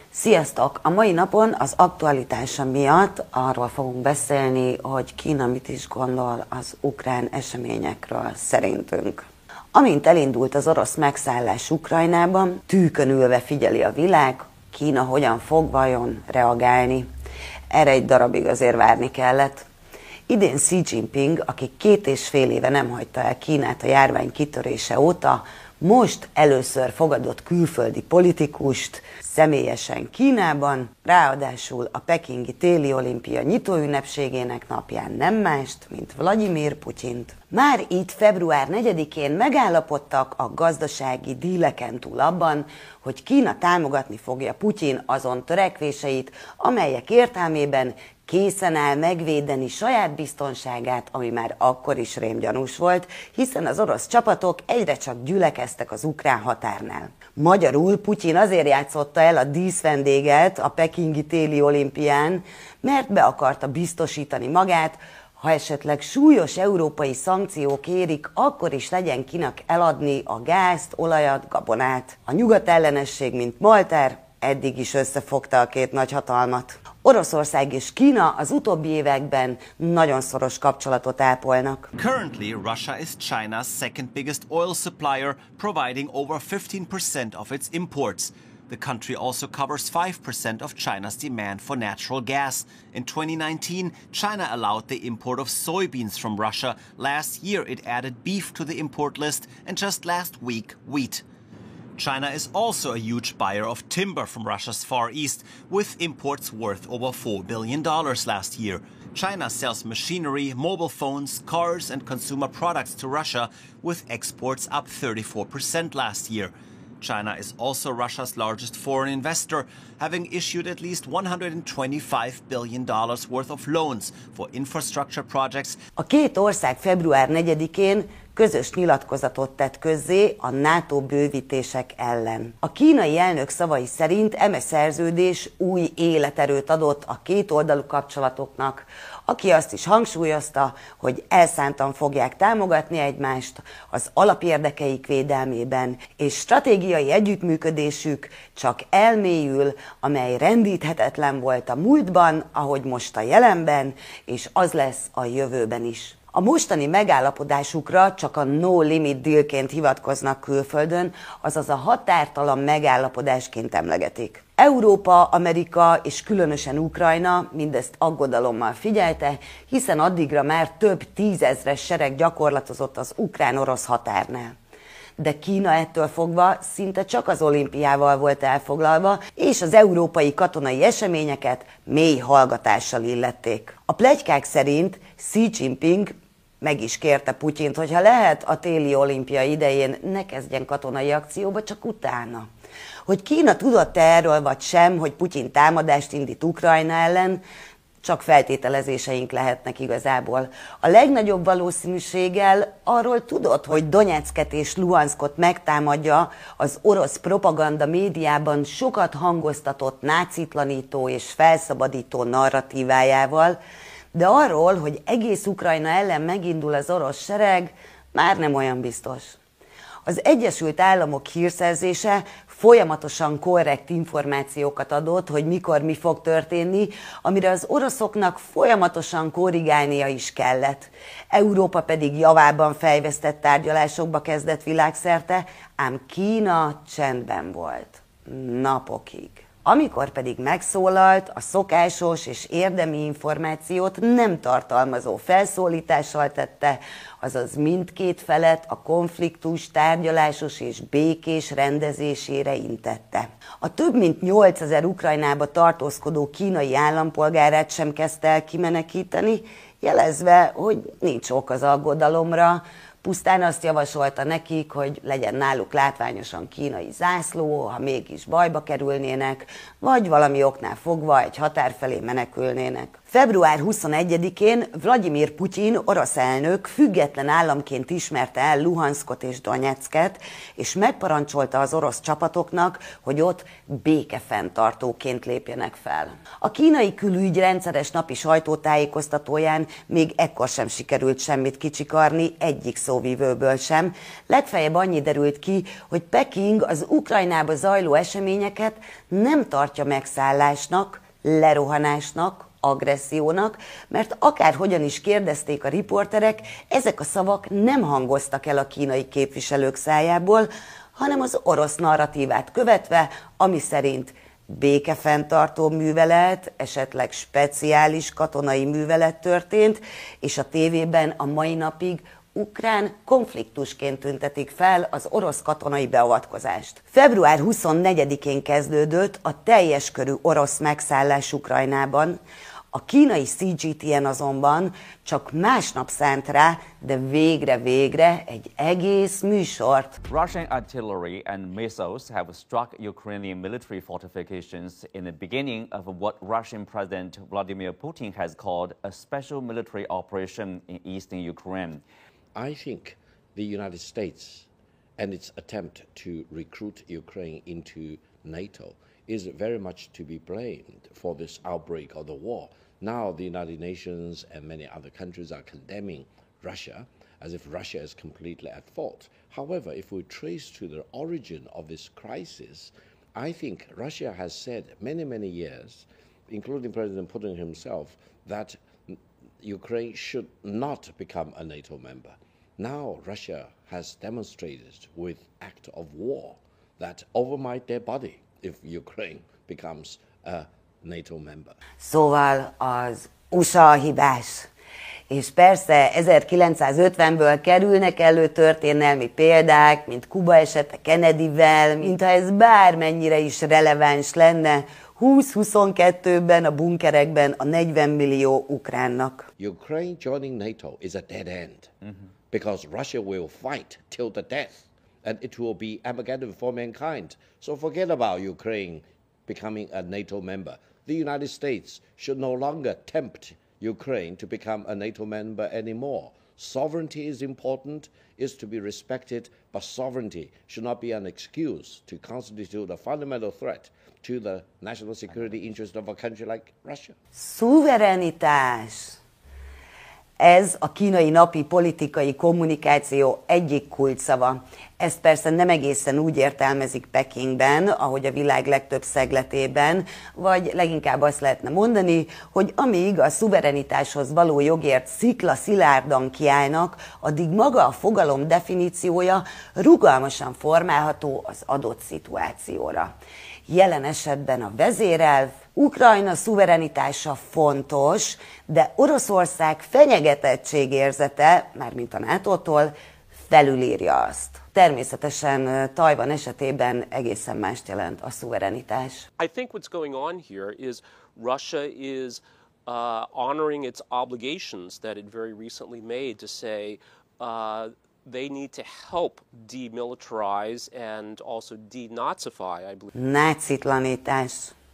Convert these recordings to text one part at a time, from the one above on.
Sziasztok! A mai napon az aktualitása miatt arról fogunk beszélni, hogy Kína mit is gondol az ukrán eseményekről szerintünk. Amint elindult az orosz megszállás Ukrajnában, tűkön ülve figyeli a világ, Kína hogyan fog vajon reagálni. Erre egy darabig azért várni kellett. Idén Xi Jinping, aki 2,5 éve nem hagyta el Kínát a járvány kitörése óta, most először fogadott külföldi politikust személyesen Kínában, ráadásul a pekingi téli olimpia nyitóünnepségének napján nem mást, mint Vladimir Putyint. Már itt február 4-én megállapodtak a gazdasági díleken túl abban, hogy Kína támogatni fogja Putyin azon törekvéseit, amelyek értelmében készen áll megvédeni saját biztonságát, ami már akkor is rémgyanús volt, hiszen az orosz csapatok egyre csak gyülekeztek az ukrán határnál. Magyarul Putyin azért játszotta el a díszvendéget a pekingi téli olimpián, mert be akarta biztosítani magát, ha esetleg súlyos európai szankciók érik, akkor is legyen kinek eladni a gázt, olajat, gabonát. A nyugatellenesség, mint Malter, eddig is összefogta a két nagyhatalmat. Oroszország és Kína az utóbbi években nagyon szoros kapcsolatot ápolnak. Currently, Russia is China's second biggest oil supplier, providing over 15% of its imports. The country also covers 5% of China's demand for natural gas. In 2019, China allowed the import of soybeans from Russia. Last year, it added beef to the import list, and just last week, wheat. China is also a huge buyer of timber from Russia's Far East, with imports worth over $4 billion last year. China sells machinery, mobile phones, cars and consumer products to Russia, with exports up 34% last year. China is also Russia's largest foreign investor, having issued at least $125 billion worth of loans for infrastructure projects. A két ország február 4-én közös nyilatkozatot tett közzé a NATO bővítések ellen. A kínai elnök szavai szerint eme szerződés új életerőt adott a kétoldalú kapcsolatoknak, aki azt is hangsúlyozta, hogy elszántan fogják támogatni egymást az alapérdekeik védelmében, és stratégiai együttműködésük csak elmélyül, amely rendíthetetlen volt a múltban, ahogy most a jelenben, és az lesz a jövőben is. A mostani megállapodásukra csak a no limit dealként hivatkoznak külföldön, azaz a határtalan megállapodásként emlegetik. Európa, Amerika és különösen Ukrajna mindezt aggodalommal figyelte, hiszen addigra már több tízezres sereg gyakorlatozott az ukrán-orosz határnál. De Kína ettől fogva szinte csak az olimpiával volt elfoglalva, és az európai katonai eseményeket mély hallgatással illették. A pletykák szerint Xi Jinping meg is kérte Putyint, hogy ha lehet a téli olimpia idején ne kezdjen katonai akcióba, csak utána. Hogy Kína tudott-e erről vagy sem, hogy Putyin támadást indít Ukrajna ellen, csak feltételezéseink lehetnek igazából. A legnagyobb valószínűséggel arról tudott, hogy Donyecket és Luhanszkot megtámadja az orosz propaganda médiában sokat hangoztatott nácitlanító és felszabadító narratívájával, de arról, hogy egész Ukrajna ellen megindul az orosz sereg, már nem olyan biztos. Az Egyesült Államok hírszerzése folyamatosan korrekt információkat adott, hogy mikor mi fog történni, amire az oroszoknak folyamatosan korrigálnia is kellett. Európa pedig javában fejvesztett tárgyalásokba kezdett világszerte, ám Kína csendben volt. Napokig. Amikor pedig megszólalt, a szokásos és érdemi információt nem tartalmazó felszólítással tette, azaz mindkét felet a konfliktus tárgyalásos és békés rendezésére intette. A több mint 8000 Ukrajnába tartózkodó kínai állampolgárát sem kezdte el kimenekíteni, jelezve, hogy nincs ok az aggodalomra, pusztán azt javasolta nekik, hogy legyen náluk látványosan kínai zászló, ha mégis bajba kerülnének, vagy valami oknál fogva egy határ felé menekülnének. Február 21-én Vladimir Putyin orosz elnök független államként ismerte el Luhanszkot és Donyecket, és megparancsolta az orosz csapatoknak, hogy ott békefenntartóként lépjenek fel. A kínai külügy rendszeres napi sajtótájékoztatóján még ekkor sem sikerült semmit kicsikarni, egyik szóvivőből sem. Legfeljebb annyi derült ki, hogy Peking az Ukrajnába zajló eseményeket nem tartja megszállásnak, lerohanásnak, agressziónak, mert akárhogyan is kérdezték a riporterek, ezek a szavak nem hangoztak el a kínai képviselők szájából, hanem az orosz narratívát követve, ami szerint békefenntartó művelet, esetleg speciális katonai művelet történt, és a tévében a mai napig ukrán konfliktusként tüntetik fel az orosz katonai beavatkozást. Február 24-én kezdődött a teljes körű orosz megszállás Ukrajnában, a kínai CGTN azonban csak másnap szánt rá, de végre egy egész műsort. Russian artillery and missiles have struck Ukrainian military fortifications in the beginning of what Russian President Vladimir Putin has called a special military operation in eastern Ukraine. I think the United States and its attempt to recruit Ukraine into NATO is very much to be blamed for this outbreak of the war. Now the United Nations and many other countries are condemning Russia as if Russia is completely at fault. However, if we trace to the origin of this crisis, I think Russia has said many years, including President Putin himself, that Ukraine should not become a NATO member. Now Russia has demonstrated with act of war that overmight their body if Ukraine becomes a NATO member. Szóval az USA a hibás. És persze 1950-ből kerülnek elő történelmi példák, mint Kuba esete Kennedyvel, mintha ez bármennyire is releváns lenne 2022-ben a bunkerekben a 40 millió ukránnak. Ukraine joining NATO is a dead end, because Russia will fight till the death, and it will be Armageddon for mankind. So forget about Ukraine becoming a NATO member. The United States should no longer tempt Ukraine to become a NATO member anymore. Sovereignty is important, is to be respected, but sovereignty should not be an excuse to constitute a fundamental threat to the national security interest of a country like Russia. Szuverenitás. Ez a kínai napi politikai kommunikáció egyik kulcsszava. Ezt persze nem egészen úgy értelmezik Pekingben, ahogy a világ legtöbb szegletében, vagy leginkább azt lehetne mondani, hogy amíg a szuverenitáshoz való jogért sziklaszilárdan kiállnak, addig maga a fogalom definíciója rugalmasan formálható az adott szituációra. Jelen esetben a vezérelv, Ukrajna szuverenitása fontos, de Oroszország fenyegetettségérzete, mármint a NATO-tól, felülírja azt. Természetesen Tajvan esetében egészen mást jelent a szuverenitás. I think what's going on here is Russia is honoring its obligations that it very recently made to say they need to help demilitarize and also denazify, I believe. Nácitlanítás.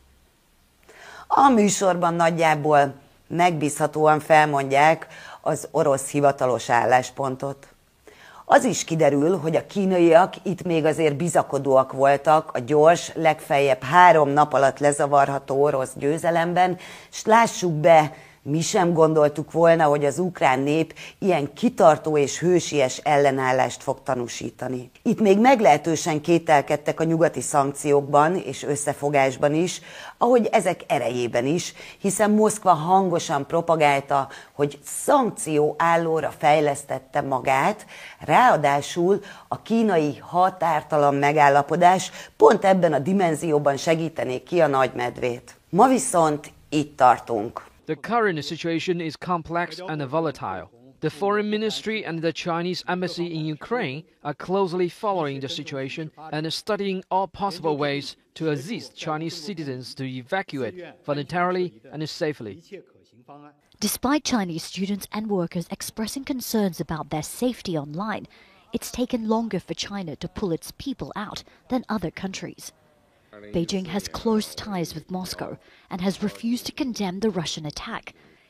A műsorban nagyjából megbízhatóan felmondják az orosz hivatalos álláspontot. Az is kiderül, hogy a kínaiak itt még azért bizakodóak voltak a gyors, legfeljebb 3 nap alatt lezavarható orosz győzelemben, s lássuk be, mi sem gondoltuk volna, hogy az ukrán nép ilyen kitartó és hősies ellenállást fog tanúsítani. Itt még meglehetősen kételkedtek a nyugati szankciókban és összefogásban is, ahogy ezek erejében is, hiszen Moszkva hangosan propagálta, hogy szankcióállóra fejlesztette magát, ráadásul a kínai határtalan megállapodás pont ebben a dimenzióban segítené ki a nagymedvét. Ma viszont itt tartunk. The current situation is complex and volatile. The Foreign Ministry and the Chinese Embassy in Ukraine are closely following the situation and studying all possible ways to assist Chinese citizens to evacuate voluntarily and safely. Despite Chinese students and workers expressing concerns about their safety online, it's taken longer for China to pull its people out than other countries. Beijing has close ties with Moscow and has refused to condemn the Russian attack,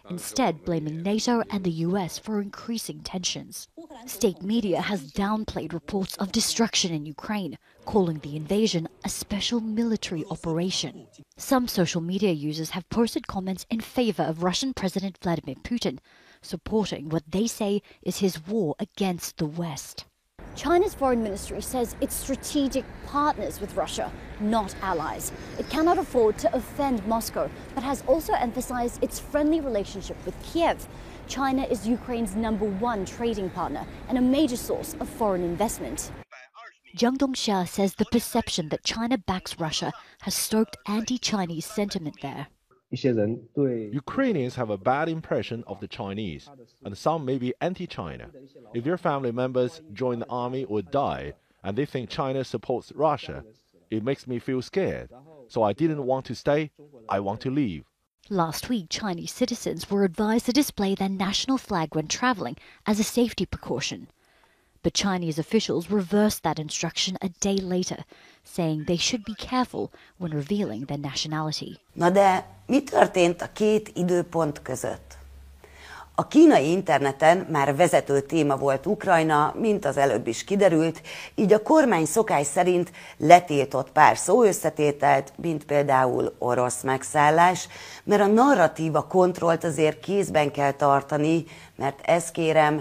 instead blaming NATO and the US for increasing tensions. State media has downplayed reports of destruction in Ukraine, calling the invasion a special military operation. Some social media users have posted comments in favor of Russian President Vladimir Putin, supporting what they say is his war against the West. China's foreign ministry says it's strategic partners with Russia, not allies. It cannot afford to offend Moscow, but has also emphasized its friendly relationship with Kiev. China is Ukraine's #1 trading partner and a major source of foreign investment. Zhang Dongxia says the perception that China backs Russia has stoked anti-Chinese sentiment there. Ukrainians have a bad impression of the Chinese, and some may be anti-China. If their family members join the army or die, and they think China supports Russia, it makes me feel scared. So I didn't want to stay, I want to leave. Last week, Chinese citizens were advised to display their national flag when traveling as a safety precaution. But Chinese officials reversed that instruction a day later, saying they should be careful when revealing their nationality. Na de mi történt a két időpont között? A kínai interneten már vezető téma volt Ukrajna, mint az előbb is kiderült, így a kormány szokás szerint letiltott pár szóösszetételt, mint például orosz megszállás, mert a narratíva kontrollt azért kézben kell tartani, mert ez kérem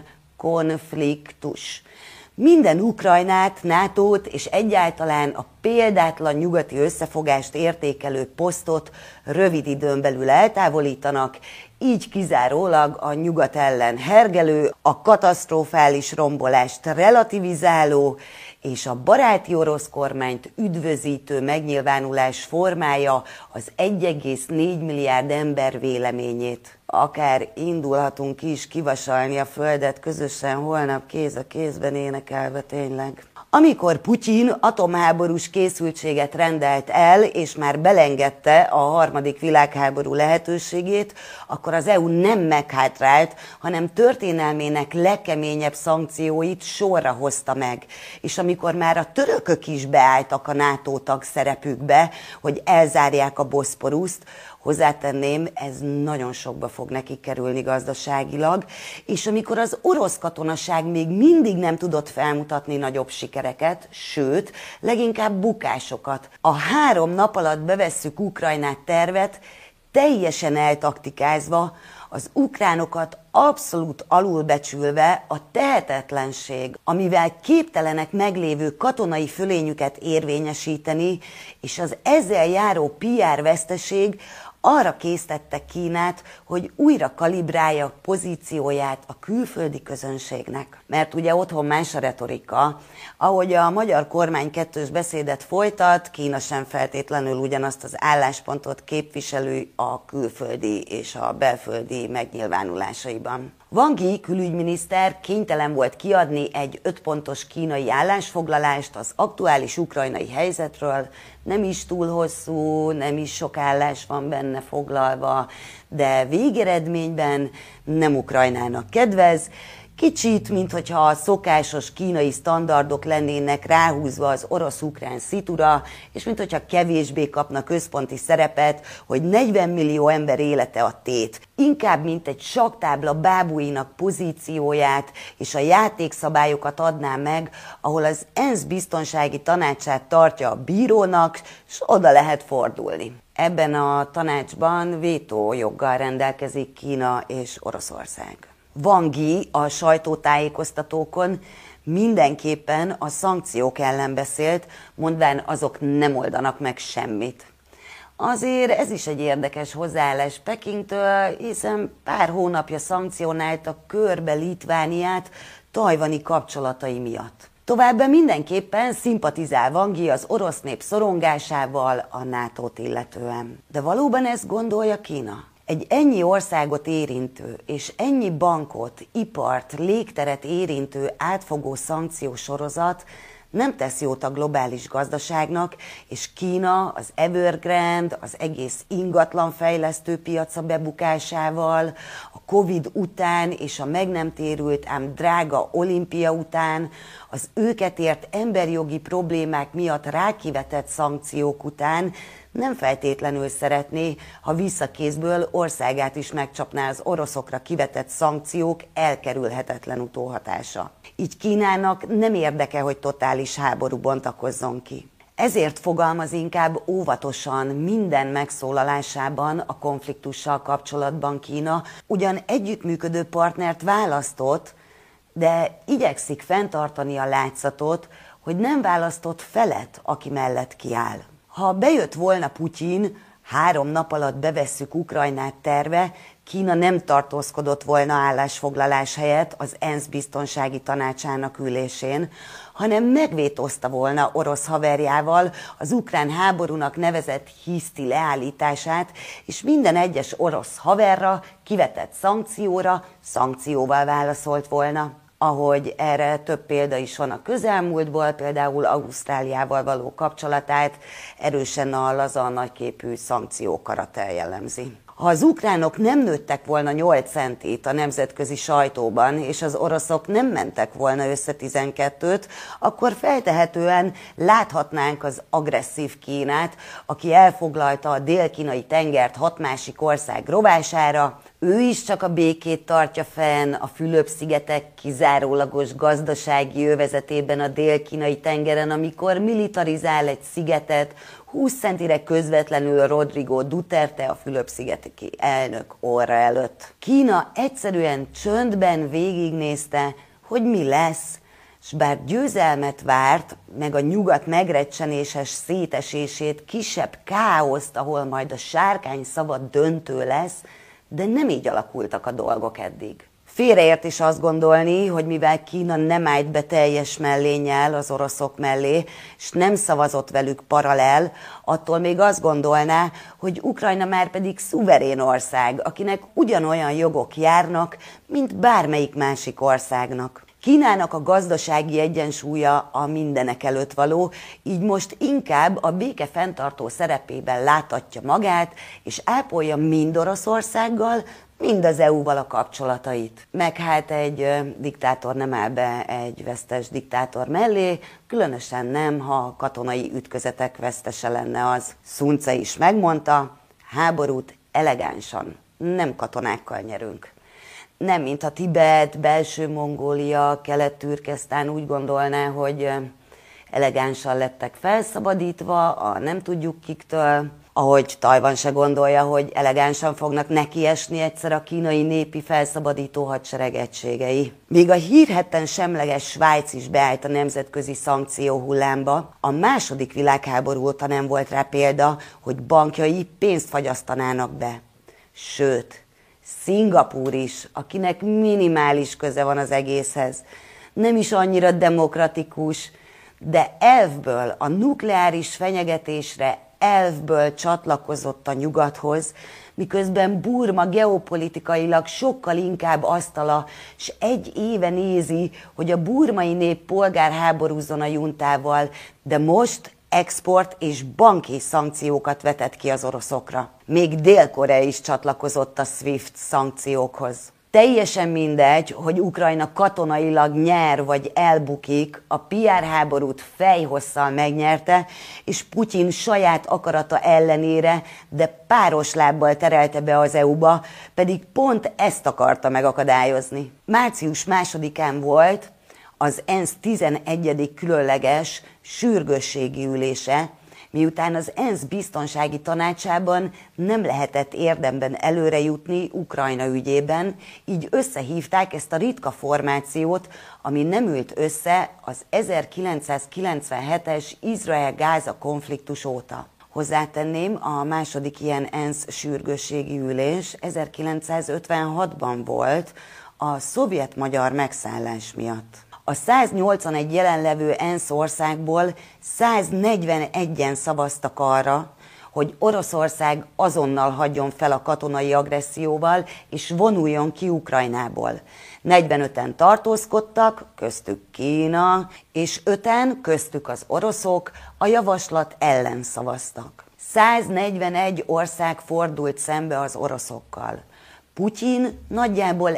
konfliktus. Minden Ukrajnát, NATO-t és egyáltalán a példátlan nyugati összefogást értékelő posztot rövid időn belül eltávolítanak, így kizárólag a nyugat ellen hergelő, a katasztrofális rombolást relativizáló és a baráti orosz kormányt üdvözítő megnyilvánulás formája az 1,4 milliárd ember véleményét. Akár indulhatunk is kivasalni a földet közösen holnap kéz a kézben énekelve tényleg. Amikor Putyin atomháborús készültséget rendelt el, és már belengedte a harmadik világháború lehetőségét, akkor az EU nem meghátrált, hanem történelmének legkeményebb szankcióit sorra hozta meg. És amikor már a törökök is beálltak a NATO tagszerepükbe, hogy elzárják a Boszporuszt, hozzátenném, ez nagyon sokba fog nekik kerülni gazdaságilag, és amikor az orosz katonaság még mindig nem tudott felmutatni nagyobb sikereket, sőt, leginkább bukásokat. A 3 nap alatt bevesszük Ukrajnát tervet, teljesen eltaktikázva, az ukránokat abszolút alulbecsülve a tehetetlenség, amivel képtelenek meglévő katonai fölényüket érvényesíteni, és az ezzel járó PR veszteség arra késztette Kínát, hogy újra kalibrálja pozícióját a külföldi közönségnek. Mert ugye otthon más a retorika. Ahogy a magyar kormány kettős beszédet folytat, Kína sem feltétlenül ugyanazt az álláspontot képviselő a külföldi és a belföldi megnyilvánulásaiban. Wang Yi külügyminiszter kénytelen volt kiadni egy 5 pontos kínai állásfoglalást az aktuális ukrajnai helyzetről, nem is túl hosszú, nem is sok állás van benne foglalva, de végeredményben nem Ukrajnának kedvez, kicsit, minthogyha a szokásos kínai sztendardok lennének ráhúzva az orosz-ukrán szitura, és minthogyha kevésbé kapna központi szerepet, hogy 40 millió ember élete a tét. Inkább, mint egy sakktábla bábuinak pozícióját és a játékszabályokat adná meg, ahol az ENSZ biztonsági tanácsát tartja a bírónak, és oda lehet fordulni. Ebben a tanácsban vétójoggal rendelkezik Kína és Oroszország. Wang Yi a sajtótájékoztatókon mindenképpen a szankciók ellen beszélt, mondván azok nem oldanak meg semmit. Azért ez is egy érdekes hozzáállás Pekingtől, hiszen pár hónapja szankcionálta körbe Litvániát tajvani kapcsolatai miatt. Továbbá mindenképpen szimpatizál Wang Yi az orosz nép szorongásával a NATO-t illetően. De valóban ezt gondolja Kína? Egy ennyi országot érintő és ennyi bankot, ipart, légteret érintő átfogó szankciósorozat nem tesz jót a globális gazdaságnak, és Kína az Evergrande, az egész ingatlanfejlesztő piaca bebukásával, a Covid után és a meg nem térült, ám drága olimpia után, az őket ért emberjogi problémák miatt rákivetett szankciók után nem feltétlenül szeretné, ha visszakézből országát is megcsapná az oroszokra kivetett szankciók elkerülhetetlen utóhatása. Így Kínának nem érdeke, hogy totális háború bontakozzon ki. Ezért fogalmaz inkább óvatosan minden megszólalásában a konfliktussal kapcsolatban Kína, ugyan együttműködő partnert választott, de igyekszik fenntartani a látszatot, hogy nem választott felet, aki mellett kiáll. Ha bejött volna Putyin, 3 nap alatt bevesszük Ukrajnát terve, Kína nem tartózkodott volna állásfoglalás helyett az ENSZ biztonsági tanácsának ülésén, hanem megvétózta volna orosz haverjával az ukrán háborúnak nevezett hiszti leállítását, és minden egyes orosz haverra kivetett szankcióval válaszolt volna. Ahogy erre több példa is van a közelmúltból, például Ausztráliával való kapcsolatát erősen a laza nagyképű szankciókaratel jellemzi. Ha az ukránok nem nőttek volna 8 centit a nemzetközi sajtóban, és az oroszok nem mentek volna össze 12-t, akkor feltehetően láthatnánk az agresszív Kínát, aki elfoglalta a dél-kínai tengert 6 másik ország rovására. Ő is csak a békét tartja fenn a Fülöp-szigetek kizárólagos gazdasági övezetében a dél-kínai tengeren, amikor militarizál egy szigetet 20 centire közvetlenül Rodrigo Duterte, a Fülöp-szigeteki elnök orra előtt. Kína egyszerűen csöndben végignézte, hogy mi lesz, s bár győzelmet várt, meg a nyugat megrecsenéses szétesését, kisebb káoszt, ahol majd a sárkány szava döntő lesz, de nem így alakultak a dolgok eddig. Félreért is azt gondolni, hogy mivel Kína nem állt be teljes mellénnyel az oroszok mellé, és nem szavazott velük paralel, attól még azt gondolná, hogy Ukrajna már pedig szuverén ország, akinek ugyanolyan jogok járnak, mint bármelyik másik országnak. Kínának a gazdasági egyensúlya a mindenek előtt való, így most inkább a béke fenntartó szerepében láthatja magát, és ápolja mind Oroszországgal, mind az EU-val a kapcsolatait. Meg hát egy diktátor nem áll be egy vesztes diktátor mellé, különösen nem, ha katonai ütközetek vesztese lenne az. Sun Tzu is megmondta, háborút elegánsan, nem katonákkal nyerünk. Nem, mintha Tibet, belső Mongólia, Kelet-Türkesztán úgy gondolná, hogy elegánsan lettek felszabadítva, a nem tudjuk kiktől, ahogy Tajvan se gondolja, hogy elegánsan fognak nekiesni egyszer a kínai népi felszabadító hadsereg egységei. Míg a hírhedten semleges Svájc is beállt a nemzetközi szankció hullámba, a II. Világháború óta nem volt rá példa, hogy bankjai pénzt fagyasztanának be. Sőt, Szingapúr is, akinek minimális köze van az egészhez, nem is annyira demokratikus, de elvből a nukleáris fenyegetésre elvből csatlakozott a nyugathoz, miközben Burma geopolitikailag sokkal inkább asztala, s egy éve nézi, hogy a burmai nép polgárháborúzzon a juntával, de most export és banki szankciókat vetett ki az oroszokra. Még Dél-Korea is csatlakozott a SWIFT szankciókhoz. Teljesen mindegy, hogy Ukrajna katonailag nyer vagy elbukik, a PR háborút fejhosszal megnyerte, és Putyin saját akarata ellenére, de páros lábbal terelte be az EU-ba, pedig pont ezt akarta megakadályozni. Március 2-án volt az ENSZ 11. különleges sürgősségi ülése, miután az ENSZ biztonsági tanácsában nem lehetett érdemben előre jutni Ukrajna ügyében, így összehívták ezt a ritka formációt, ami nem ült össze az 1997-es Izrael-Gáza konfliktus óta. Hozzátenném, a második ilyen ENSZ sürgősségi ülés 1956-ban volt a szovjet-magyar megszállás miatt. A 181 jelenlevő ENSZ országból 141-en szavaztak arra, hogy Oroszország azonnal hagyjon fel a katonai agresszióval, és vonuljon ki Ukrajnából. 45-en tartózkodtak, köztük Kína, és 5-en, köztük az oroszok, a javaslat ellen szavaztak. 141 ország fordult szembe az oroszokkal. Putyin nagyjából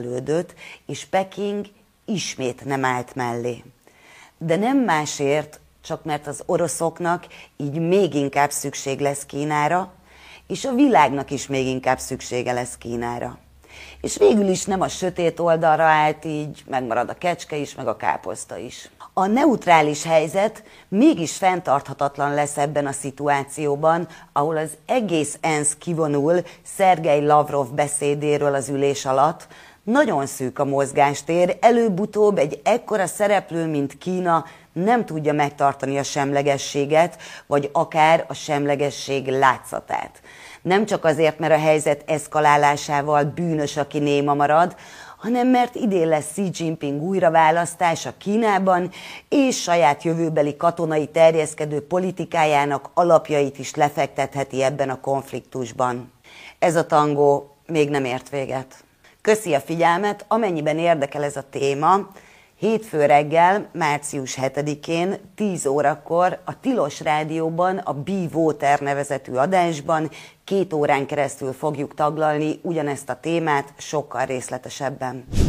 elszigetelődött, és Peking ismét nem állt mellé. De nem másért, csak mert az oroszoknak így még inkább szükség lesz Kínára, és a világnak is még inkább szüksége lesz Kínára. És végül is nem a sötét oldalra állt, így megmarad a kecske is, meg a káposzta is. A neutrális helyzet mégis fenntarthatatlan lesz ebben a szituációban, ahol az egész ENSZ kivonul Szergej Lavrov beszédéről az ülés alatt. Nagyon szűk a mozgástér, előbb-utóbb egy ekkora szereplő, mint Kína nem tudja megtartani a semlegességet, vagy akár a semlegesség látszatát. Nem csak azért, mert a helyzet eszkalálásával bűnös, aki néma marad, hanem mert idén lesz Xi Jinping újraválasztása Kínában, és saját jövőbeli katonai terjeszkedő politikájának alapjait is lefektetheti ebben a konfliktusban. Ez a tangó még nem ért véget. Köszi a figyelmet, amennyiben érdekel ez a téma, hétfő reggel, március 7-én, 10 órakor a Tilos Rádióban, a Be Water nevezetű adásban 2 órán keresztül fogjuk taglalni ugyanezt a témát sokkal részletesebben.